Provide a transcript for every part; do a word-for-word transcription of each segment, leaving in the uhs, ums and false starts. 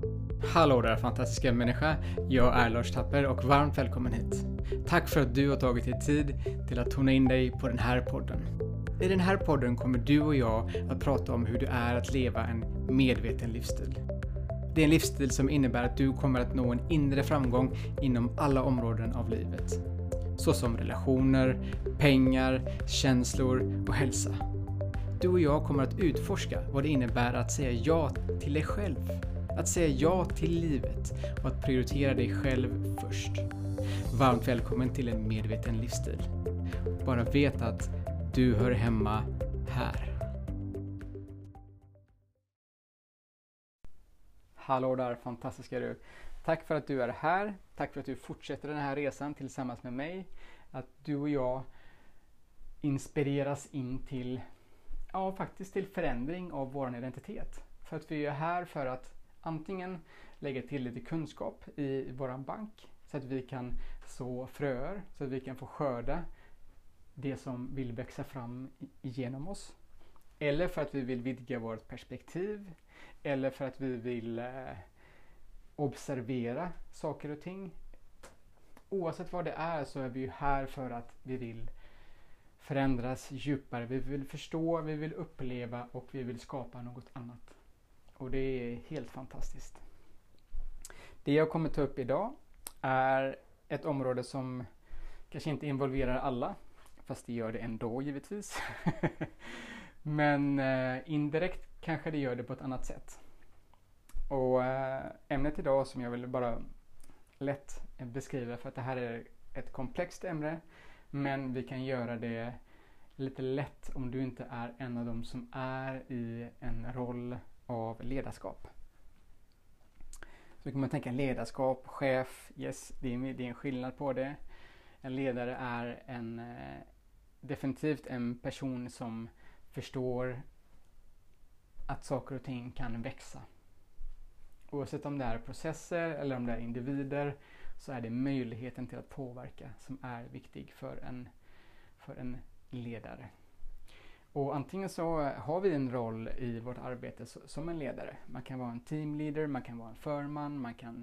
Hallå där fantastiska människa, jag är Lars Tapper och varmt välkommen hit. Tack för att du har tagit dig tid till att tona in dig på den här podden. I den här podden kommer du och jag att prata om hur det är att leva en medveten livsstil. Det är en livsstil som innebär att du kommer att nå en inre framgång inom alla områden av livet. Såsom relationer, pengar, känslor och hälsa. Du och jag kommer att utforska vad det innebär att säga ja till dig själv. Att säga ja till livet och att prioritera dig själv först. Varmt välkommen till en medveten livsstil. Bara vet att du hör hemma här. Hallå där fantastiska du. Tack för att du är här. Tack för att du fortsätter den här resan tillsammans med mig. Att du och jag inspireras in till, ja faktiskt till förändring av vår identitet. För att vi är här för att antingen lägga till lite kunskap i våran bank så att vi kan så fröer, så att vi kan få skörda det som vill växa fram genom oss. Eller för att vi vill vidga vårt perspektiv. Eller för att vi vill eh, observera saker och ting. Oavsett vad det är så är vi ju här för att vi vill förändras djupare. Vi vill förstå, vi vill uppleva och vi vill skapa något annat. Och det är helt fantastiskt. Det jag kommer ta upp idag är ett område som kanske inte involverar alla. Fast det gör det ändå givetvis. Men eh, indirekt kanske det gör det på ett annat sätt. Och eh, ämnet idag som jag vill bara lätt beskriva, för att det här är ett komplext ämne. Men vi kan göra det lite lätt om du inte är en av dem som är i en roll av ledarskap. Så kan man tänka ledarskap, chef, yes, det är, det är en skillnad på det. En ledare är en eh, definitivt en person som förstår att saker och ting kan växa. Oavsett om det är processer eller om det är individer så är det möjligheten till att påverka som är viktig för en, för en ledare. Och antingen så har vi en roll i vårt arbete som en ledare. Man kan vara en teamleader, man kan vara en förman, man kan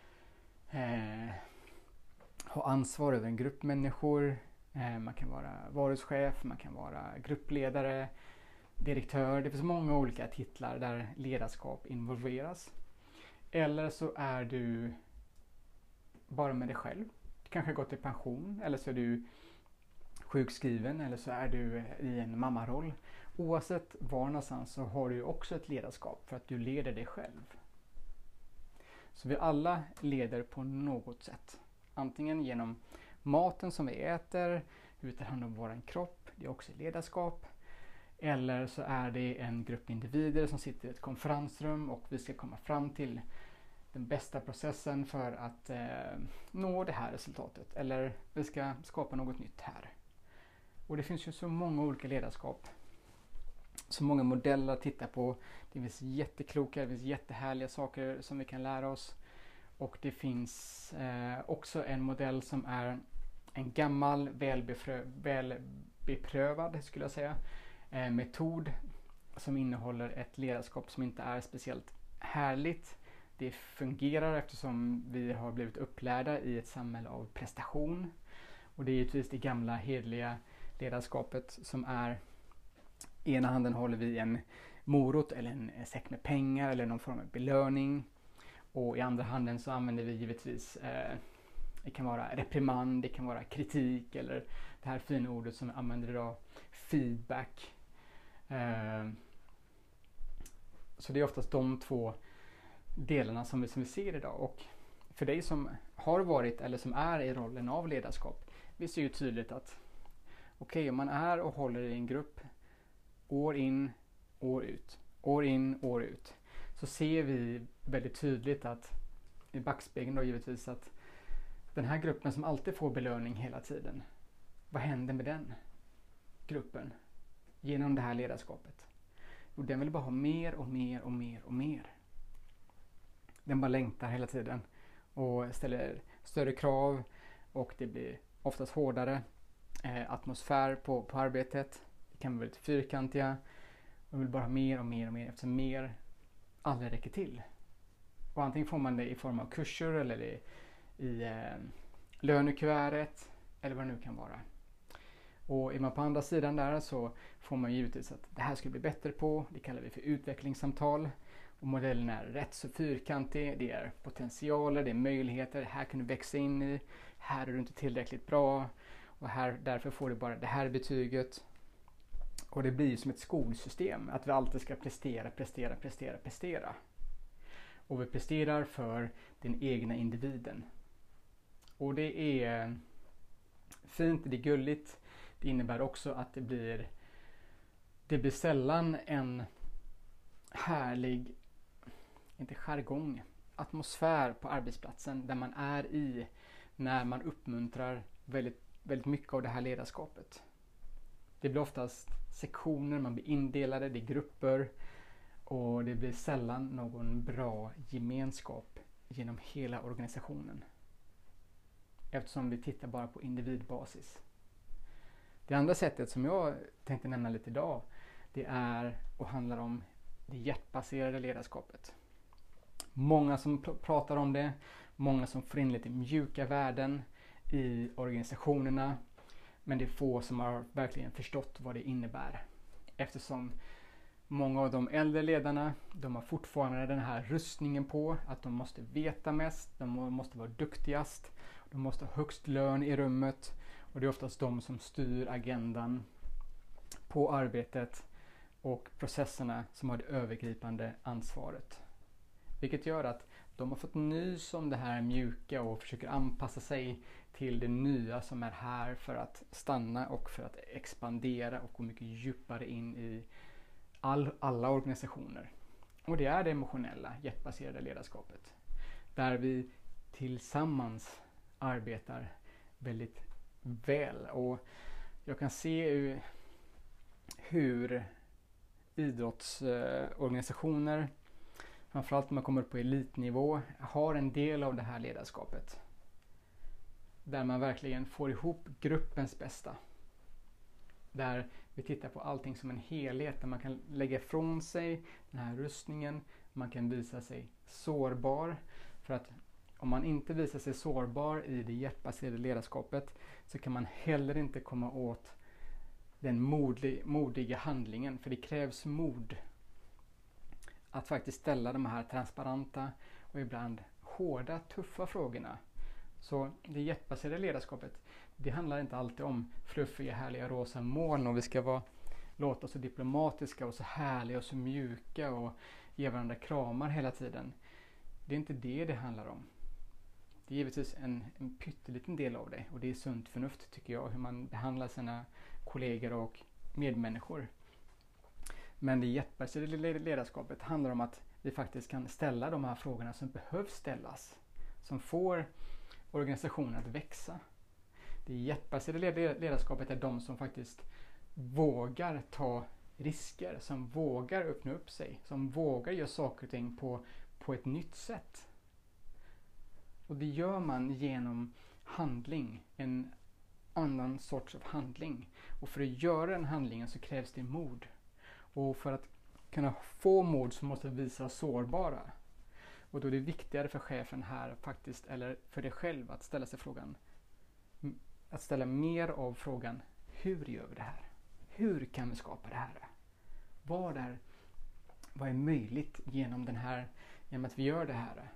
eh, ha ansvar över en grupp människor. Eh, man kan vara varuchef, man kan vara gruppledare, direktör. Det finns många olika titlar där ledarskap involveras. Eller så är du bara med dig själv. Du kanske har gått i pension eller så är du sjukskriven eller så är du i en mammaroll. Oavsett var någonstans så har du också ett ledarskap för att du leder dig själv. Så vi alla leder på något sätt. Antingen genom maten som vi äter, hur vi tar hand om vår kropp, det är också ledarskap. Eller så är det en grupp individer som sitter i ett konferensrum och vi ska komma fram till den bästa processen för att eh, nå det här resultatet. Eller vi ska skapa något nytt här. Och det finns ju så många olika ledarskap. Så många modeller att titta på. Det finns jättekloka, det finns jättehärliga saker som vi kan lära oss. Och det finns eh, också en modell som är en gammal, välbefrö- välbeprövad skulle jag säga, eh, metod som innehåller ett ledarskap som inte är speciellt härligt. Det fungerar eftersom vi har blivit upplärda i ett samhälle av prestation. Och det är givetvis det gamla hedliga ledarskapet som är, i ena handen håller vi en morot eller en säck med pengar eller någon form av belöning. Och i andra handen så använder vi givetvis, eh, det kan vara reprimand, det kan vara kritik eller det här fina ordet som vi använder idag, feedback. Eh, så det är oftast de två delarna som vi, som vi ser idag. Och för dig som har varit eller som är i rollen av ledarskap, vi ser ju tydligt att okej, okay, om man är och håller i en grupp år in, år ut, år in, år ut, så ser vi väldigt tydligt att i backspegeln då givetvis att den här gruppen som alltid får belöning hela tiden, vad händer med den gruppen genom det här ledarskapet? Jo, den vill bara ha mer och mer och mer och mer. Den bara längtar hela tiden och ställer större krav och det blir oftast hårdare eh, atmosfär på, på arbetet. Det kan vara lite fyrkantiga och vill bara ha mer och mer och mer eftersom mer aldrig räcker till. Och antingen får man det i form av kurser eller i, i eh, lönekuvertet eller vad det nu kan vara. Och är man på andra sidan där så får man givetvis att det här ska bli bättre på. Det kallar vi för utvecklingssamtal. Och modellen är rätt så fyrkantig. Det är potentialer, det är möjligheter. Här kan du växa in i. Här är du inte tillräckligt bra. Och här, därför får du bara det här betyget. Och det blir som ett skolsystem. Att vi alltid ska prestera, prestera, prestera, prestera. Och vi presterar för den egna individen. Och det är fint, det är gulligt. Det innebär också att det blir, det blir sällan en härlig, inte jargong, atmosfär på arbetsplatsen där man är i när man uppmuntrar väldigt, väldigt mycket av det här ledarskapet. Det blir oftast sektioner, man blir indelade, det är grupper och det blir sällan någon bra gemenskap genom hela organisationen. Eftersom vi tittar bara på individbasis. Det andra sättet som jag tänkte nämna lite idag, det är och handlar om det hjärtbaserade ledarskapet. Många som pr- pratar om det, många som får in lite mjuka värden i organisationerna, men det är få som har verkligen förstått vad det innebär. Eftersom många av de äldre ledarna, de har fortfarande den här rustningen på att de måste veta mest, de måste vara duktigast, de måste ha högst lön i rummet och det är oftast de som styr agendan på arbetet och processerna som har det övergripande ansvaret. Vilket gör att de har fått nys om det här mjuka och försöker anpassa sig till det nya som är här för att stanna och för att expandera och gå mycket djupare in i all, alla organisationer. Och det är det emotionella, hjärtbaserade ledarskapet. Där vi tillsammans arbetar väldigt väl. Och jag kan se hur idrottsorganisationer, framförallt när man kommer upp på elitnivå, har en del av det här ledarskapet. Där man verkligen får ihop gruppens bästa. Där vi tittar på allting som en helhet, där man kan lägga ifrån sig den här rustningen, man kan visa sig sårbar. För att om man inte visar sig sårbar i det hjärtbaserade ledarskapet så kan man heller inte komma åt den modlig, modiga handlingen. För det krävs mod att faktiskt ställa de här transparenta och ibland hårda, tuffa frågorna. Så det hjärtbaserade ledarskapet, det handlar inte alltid om fluffiga, härliga rosa moln och vi ska vara, låta så diplomatiska och så härliga och så mjuka och ge varandra kramar hela tiden. Det är inte det det handlar om. Det är givetvis en, en pytteliten del av det och det är sunt förnuft tycker jag, hur man behandlar sina kollegor och medmänniskor. Men det hjärtbaserade ledarskapet handlar om att vi faktiskt kan ställa de här frågorna som behövs ställas, som får organisationen att växa. Det hjärtbaserade ledarskapet är de som faktiskt vågar ta risker, som vågar öppna upp sig, som vågar göra saker och ting på, på ett nytt sätt. Och det gör man genom handling, en annan sorts av handling. Och för att göra den handlingen så krävs det mod. Och för att kunna få mod så måste vi visa sårbara. Och då är det viktigare för chefen här faktiskt, eller för dig själv, att ställa sig frågan, att ställa mer av frågan, hur gör vi det här? Hur kan vi skapa det här? Vad är, vad är möjligt genom den här, genom att vi gör det här?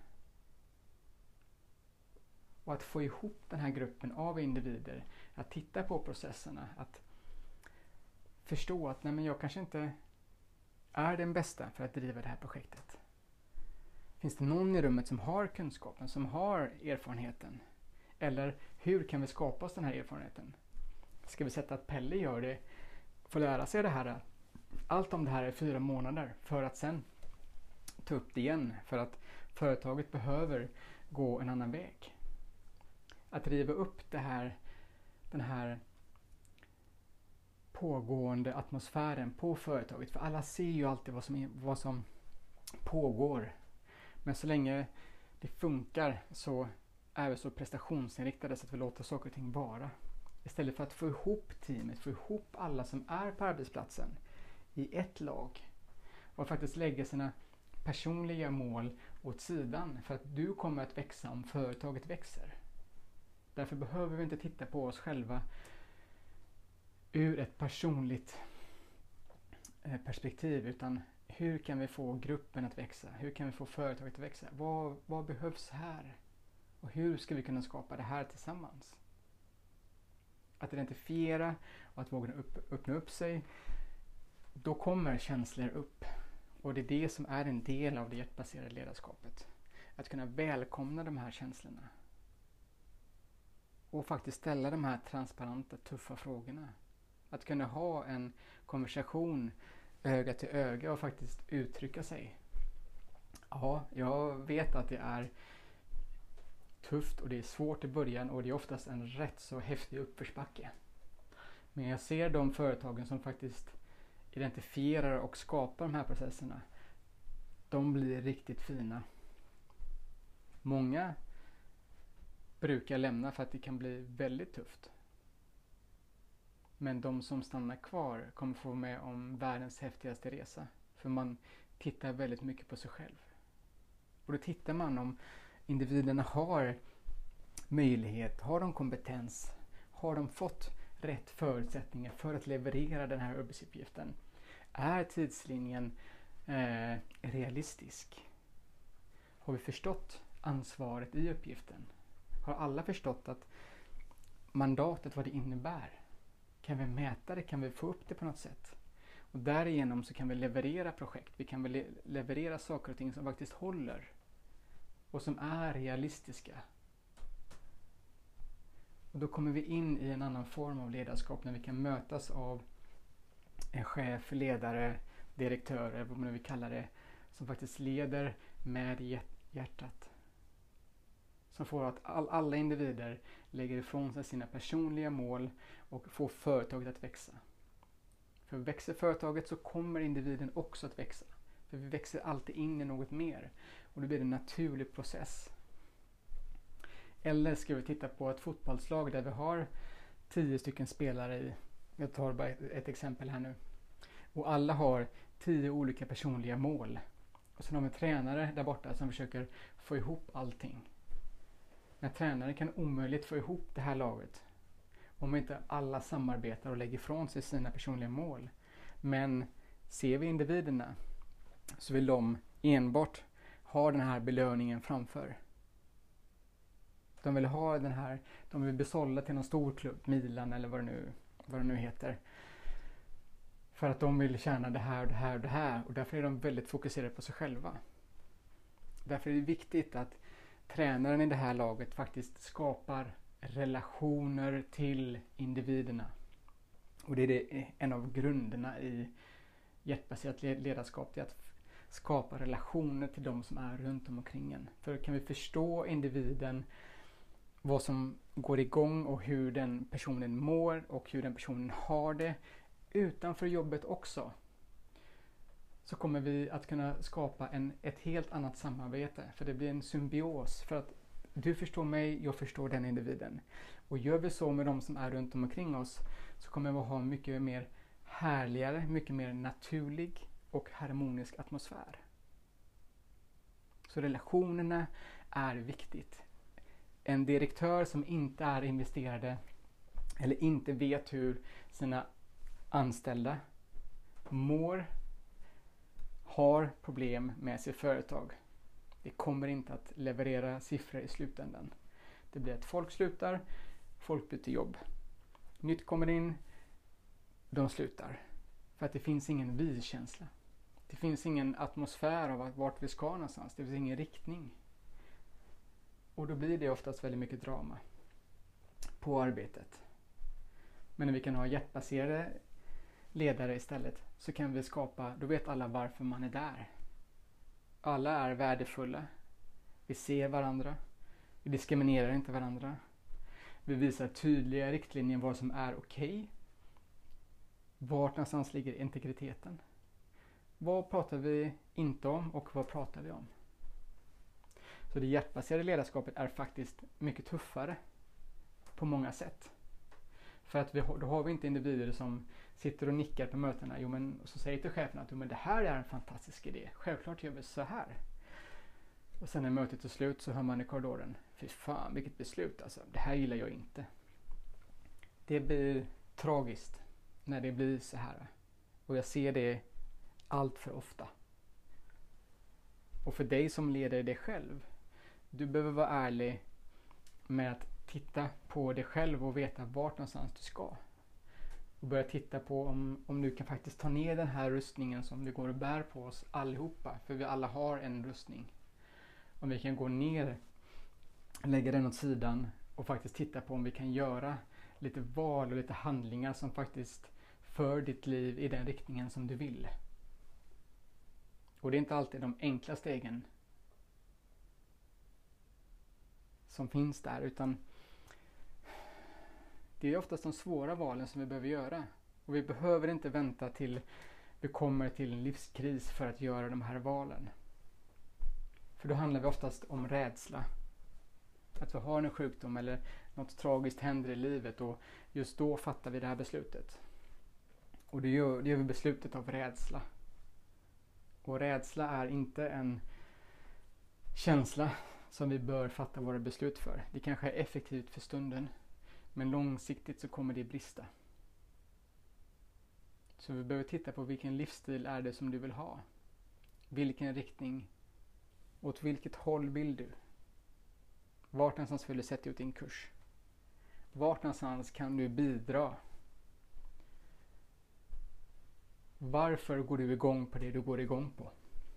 Och att få ihop den här gruppen av individer, att titta på processerna, att förstå att nej, men jag kanske inte är den bästa för att driva det här projektet. Finns det någon i rummet som har kunskapen, som har erfarenheten? Eller hur kan vi skapa oss den här erfarenheten? Ska vi sätta att Pelle gör det, får lära sig det här, allt om det här i fyra månader för att sen ta upp det igen för att företaget behöver gå en annan väg. Att riva upp det här, den här pågående atmosfären på företaget. För alla ser ju alltid vad som, är, vad som pågår. Men så länge det funkar så är vi så prestationsinriktade så att vi låter saker och ting vara. Istället för att få ihop teamet, få ihop alla som är på arbetsplatsen i ett lag och faktiskt lägga sina personliga mål åt sidan för att du kommer att växa om företaget växer. Därför behöver vi inte titta på oss själva ur ett personligt perspektiv, utan hur kan vi få gruppen att växa? Hur kan vi få företaget att växa? Vad, vad behövs här? Och hur ska vi kunna skapa det här tillsammans? Att identifiera och att våga upp, öppna upp sig, då kommer känslor upp. Och det är det som är en del av det hjärtbaserade ledarskapet. Att kunna välkomna de här känslorna. Och faktiskt ställa de här transparenta, tuffa frågorna. Att kunna ha en konversation öga till öga och faktiskt uttrycka sig. Ja, jag vet att det är tufft och det är svårt i början och det är oftast en rätt så häftig uppförsbacke. Men jag ser de företagen som faktiskt identifierar och skapar de här processerna. De blir riktigt fina. Många brukar lämna för att det kan bli väldigt tufft. Men de som stannar kvar kommer få med om världens häftigaste resa. För man tittar väldigt mycket på sig själv. Och då tittar man om individerna har möjlighet, har de kompetens, har de fått rätt förutsättningar för att leverera den här arbetsuppgiften. Är tidslinjen eh, realistisk? Har vi förstått ansvaret i uppgiften? Har alla förstått att mandatet, vad det innebär? Kan vi mäta det? Kan vi få upp det på något sätt? Och därigenom så kan vi leverera projekt. Vi kan le- leverera saker och ting som faktiskt håller. Och som är realistiska. Och då kommer vi in i en annan form av ledarskap när vi kan mötas av en chef, ledare, direktör, eller vad man vill kalla det, som faktiskt leder med hjärtat. Som får att all, alla individer lägger ifrån sig sina personliga mål och får företaget att växa. För växer företaget så kommer individen också att växa. För vi växer alltid in i något mer. Och det blir en naturlig process. Eller ska vi titta på ett fotbollslag där vi har tio stycken spelare i. Jag tar bara ett, ett exempel här nu. Och alla har tio olika personliga mål. Och sen har vi en tränare där borta som försöker få ihop allting. När tränaren kan omöjligt få ihop det här laget. Om inte alla samarbetar och lägger ifrån sig sina personliga mål. Men ser vi individerna så vill de enbart ha den här belöningen framför. De vill ha den här, de vill bli sålda till någon stor klubb, Milan eller vad det nu, vad det nu heter. För att de vill tjäna det här och det här och det här. Och därför är de väldigt fokuserade på sig själva. Därför är det viktigt att tränaren i det här laget faktiskt skapar relationer till individerna. Och det är det, en av grunderna i hjärtbaserat ledarskap. Det är att skapa relationer till de som är runt omkring en. För kan vi förstå individen, vad som går igång och hur den personen mår och hur den personen har det utanför jobbet också, så kommer vi att kunna skapa en, ett helt annat samarbete. För det blir en symbios. För att du förstår mig, jag förstår den individen. Och gör vi så med de som är runt omkring oss så kommer vi att ha mycket mer härligare, mycket mer naturlig och harmonisk atmosfär. Så relationerna är viktigt. En direktör som inte är investerade eller inte vet hur sina anställda mår, har problem med sitt företag. Det kommer inte att leverera siffror i slutändan. Det blir att folk slutar, folk byter jobb. Nytt kommer in, de slutar. För att det finns ingen vi-känsla. Det finns ingen atmosfär av vart vi ska någonstans. Det finns ingen riktning. Och då blir det oftast väldigt mycket drama på arbetet. Men när vi kan ha hjärtbaserade ledare istället så kan vi skapa, då vet alla varför man är där. Alla är värdefulla. Vi ser varandra. Vi diskriminerar inte varandra. Vi visar tydliga riktlinjer vad som är okej. Okay. Vart någonstans ligger integriteten? Vad pratar vi inte om och vad pratar vi om? Så det hjärtbaserade ledarskapet är faktiskt mycket tuffare på många sätt. För att vi, då har vi inte individer som sitter och nickar på mötena. Jo, men så säger till chefen att jo, men det här är en fantastisk idé. Självklart gör vi så här. Och sen när mötet är slut så hör man i korridoren. Fy fan, vilket beslut alltså. Det här gillar jag inte. Det blir tragiskt när det blir så här. Och jag ser det allt för ofta. Och för dig som leder dig själv. Du behöver vara ärlig med att titta på dig själv och veta vart någonstans du ska. Och börja titta på om, om du kan faktiskt ta ner den här rustningen som det går och bär på oss allihopa. För vi alla har en rustning. Om vi kan gå ner, lägga den åt sidan och faktiskt titta på om vi kan göra lite val och lite handlingar som faktiskt för ditt liv i den riktningen som du vill. Och det är inte alltid de enkla stegen som finns där, utan det är oftast de svåra valen som vi behöver göra. Och vi behöver inte vänta till vi kommer till en livskris för att göra de här valen. För då handlar vi oftast om rädsla. Att vi har en sjukdom eller något tragiskt händer i livet och just då fattar vi det här beslutet. Och det gör, det gör vi beslutet av rädsla. Och rädsla är inte en känsla som vi bör fatta våra beslut för. Det kanske är effektivt för stunden, men långsiktigt så kommer det brista. Så vi behöver titta på vilken livsstil är det som du vill ha. Vilken riktning, åt vilket håll vill du? Vart någonstans vill du sätta ut din kurs? Vart någonstans kan du bidra? Varför går du igång på det du går igång på?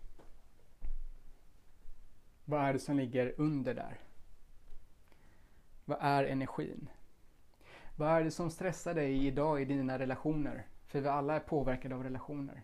Vad är det som ligger under där? Vad är energin? Vad är det som stressar dig idag i dina relationer? För vi alla är påverkade av relationer.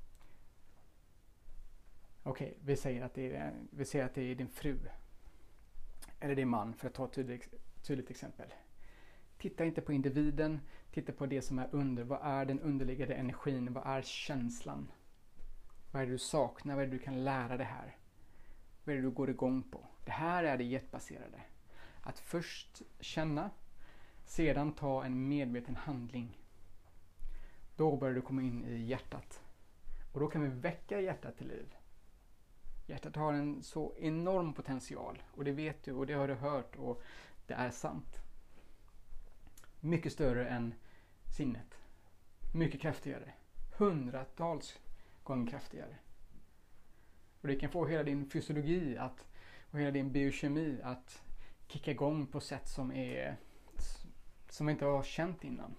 Okej, okay, vi säger att det är, vi säger att det är din fru. Eller din man, för att ta ett tydligt, tydligt exempel. Titta inte på individen, titta på det som är under. Vad är den underliggande energin? Vad är känslan? Vad är det du saknar? Vad är det du kan lära dig här? Vad är det du går igång på? Det här är det jetbaserade. Att först känna, sedan ta en medveten handling. Då börjar du komma in i hjärtat. Och då kan vi väcka hjärtat till liv. Hjärtat har en så enorm potential. Och det vet du och det har du hört och det är sant. Mycket större än sinnet. Mycket kraftigare. Hundratals gånger kraftigare. Och det kan få hela din fysiologi att, och hela din biokemi att kicka igång på sätt som är som vi inte har känt innan.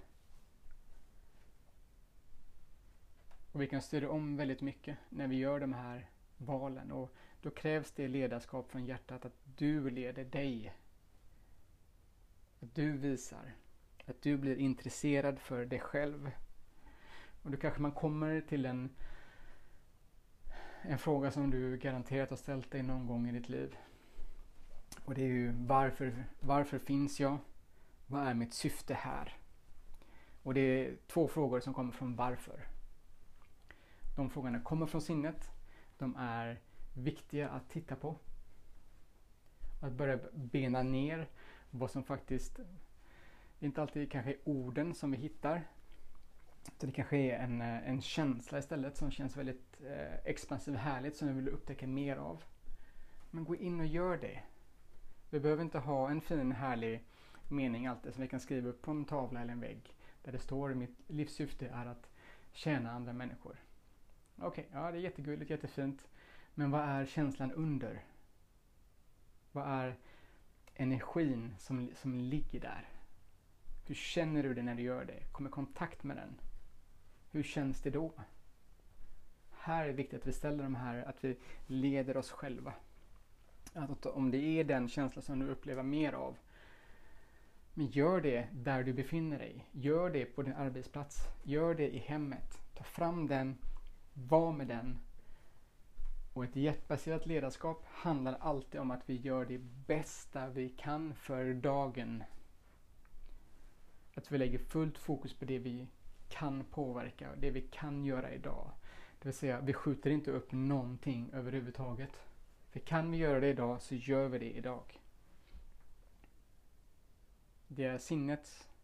Och vi kan styra om väldigt mycket när vi gör de här valen. Och då krävs det ledarskap från hjärtat att du leder dig. Att du visar. Att du blir intresserad för dig själv. Och då kanske man kommer till en en fråga som du garanterat har ställt dig någon gång i ditt liv. Och det är ju varför, varför finns jag? Vad är mitt syfte här? Och det är två frågor som kommer från varför. De frågorna kommer från sinnet. De är viktiga att titta på. Att börja bena ner vad som faktiskt inte alltid kanske är orden som vi hittar. Så det kanske är en, en känsla istället som känns väldigt eh, expansiv och härligt som vi vill upptäcka mer av. Men gå in och gör det. Vi behöver inte ha en fin härlig mening alltid som vi kan skriva upp på en tavla eller en vägg. Där det står mitt livssyfte är att tjäna andra människor. Okej, okay, ja det är jättegulligt, jättefint. Men vad är känslan under? Vad är energin som, som ligger där? Hur känner du det när du gör det? Kom i kontakt med den. Hur känns det då? Här är det viktigt att vi ställer de här, att vi leder oss själva. Att om det är den känslan som du upplever mer av, men gör det där du befinner dig. Gör det på din arbetsplats. Gör det i hemmet. Ta fram den, var med den. Och ett hjärtbaserat ledarskap handlar alltid om att vi gör det bästa vi kan för dagen. Att vi lägger fullt fokus på det vi kan påverka, det vi kan göra idag. Det vill säga, vi skjuter inte upp någonting överhuvudtaget. För kan vi göra det idag så gör vi det idag. Det är sinnets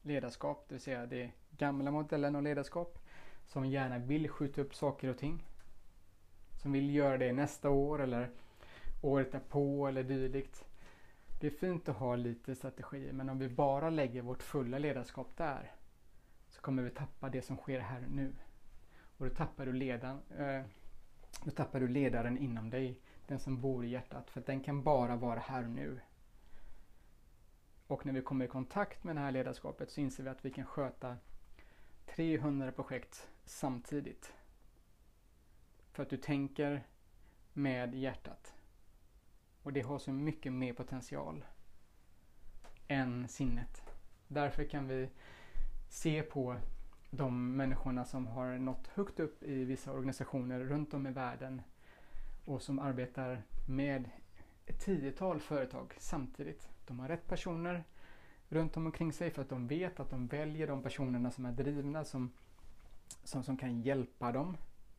ledarskap, det vill säga det gamla modellen av ledarskap som gärna vill skjuta upp saker och ting. Som vill göra det nästa år eller året därpå eller dylikt. Det är fint att ha lite strategier, men om vi bara lägger vårt fulla ledarskap där så kommer vi tappa det som sker här nu. Och då tappar du ledaren, eh, då tappar du ledaren inom dig, den som bor i hjärtat, för att den kan bara vara här och nu. Och när vi kommer i kontakt med det här ledarskapet så inser vi att vi kan sköta trehundra projekt samtidigt. För att du tänker med hjärtat. Och det har så mycket mer potential än sinnet. Därför kan vi se på de människorna som har nått högt upp i vissa organisationer runt om i världen och som arbetar med ett tiotal företag samtidigt. De har rätt personer runt om omkring sig för att de vet att de väljer de personerna som är drivna, som, som, som kan hjälpa dem.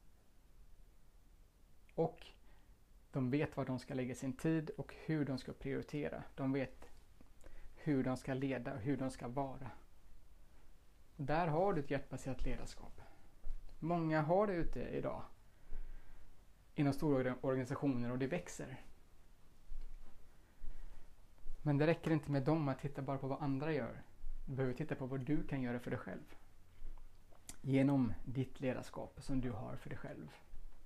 Och de vet var de ska lägga sin tid och hur de ska prioritera. De vet hur de ska leda och hur de ska vara. Där har du ett hjärtbaserat ledarskap. Många har det ute idag inom stora organisationer och det växer. Men det räcker inte med dem att titta bara på vad andra gör. Du behöver titta på vad du kan göra för dig själv. Genom ditt ledarskap som du har för dig själv.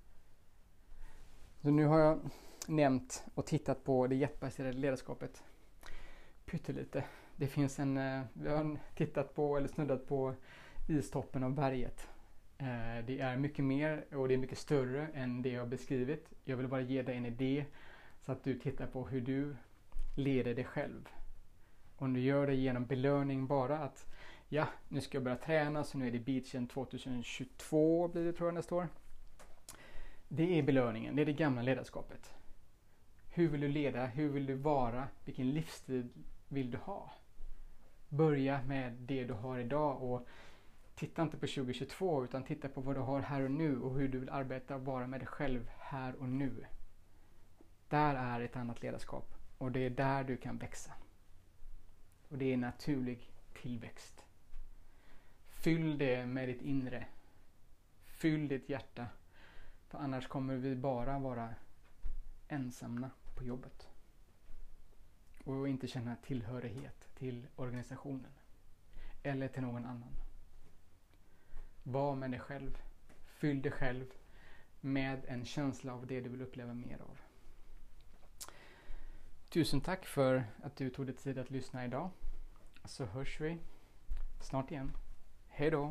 Så nu har jag nämnt och tittat på det hjärtbaserade ledarskapet pyttelite. Det finns en, vi har tittat på eller snuddat på istoppen av berget. Det är mycket mer och det är mycket större än det jag har beskrivit. Jag vill bara ge dig en idé så att du tittar på hur du leder dig själv. Om du gör det genom belöning bara att ja, nu ska jag börja träna så nu är det beachen tjugohundratjugotvå blir det tror jag nästa år. Det är belöningen, det är det gamla ledarskapet. Hur vill du leda? Hur vill du vara? Vilken livsstil vill du ha? Börja med det du har idag och titta inte på tjugohundratjugotvå utan titta på vad du har här och nu och hur du vill arbeta och vara med dig själv här och nu. Där är ett annat ledarskap och det är där du kan växa. Och det är naturlig tillväxt. Fyll det med ditt inre. Fyll ditt hjärta. För annars kommer vi bara vara ensamma på jobbet. Och inte känna tillhörighet till organisationen. Eller till någon annan. Var med dig själv. Fyll dig själv med en känsla av det du vill uppleva mer av. Tusen tack för att du tog dig tid att lyssna idag. Så hörs vi snart igen. Hej då!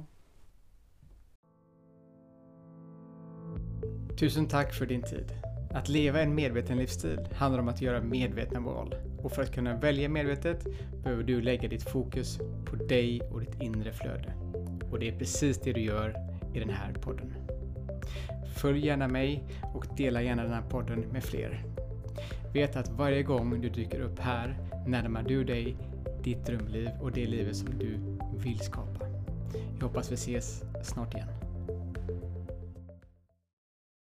Tusen tack för din tid. Att leva en medveten livsstil handlar om att göra medvetna val. Och för att kunna välja medvetet behöver du lägga ditt fokus på dig och ditt inre flöde. Och det är precis det du gör i den här podden. Följ gärna mig och dela gärna den här podden med fler. Vet att varje gång du dyker upp här närmar du dig ditt drömliv och det livet som du vill skapa. Jag hoppas vi ses snart igen.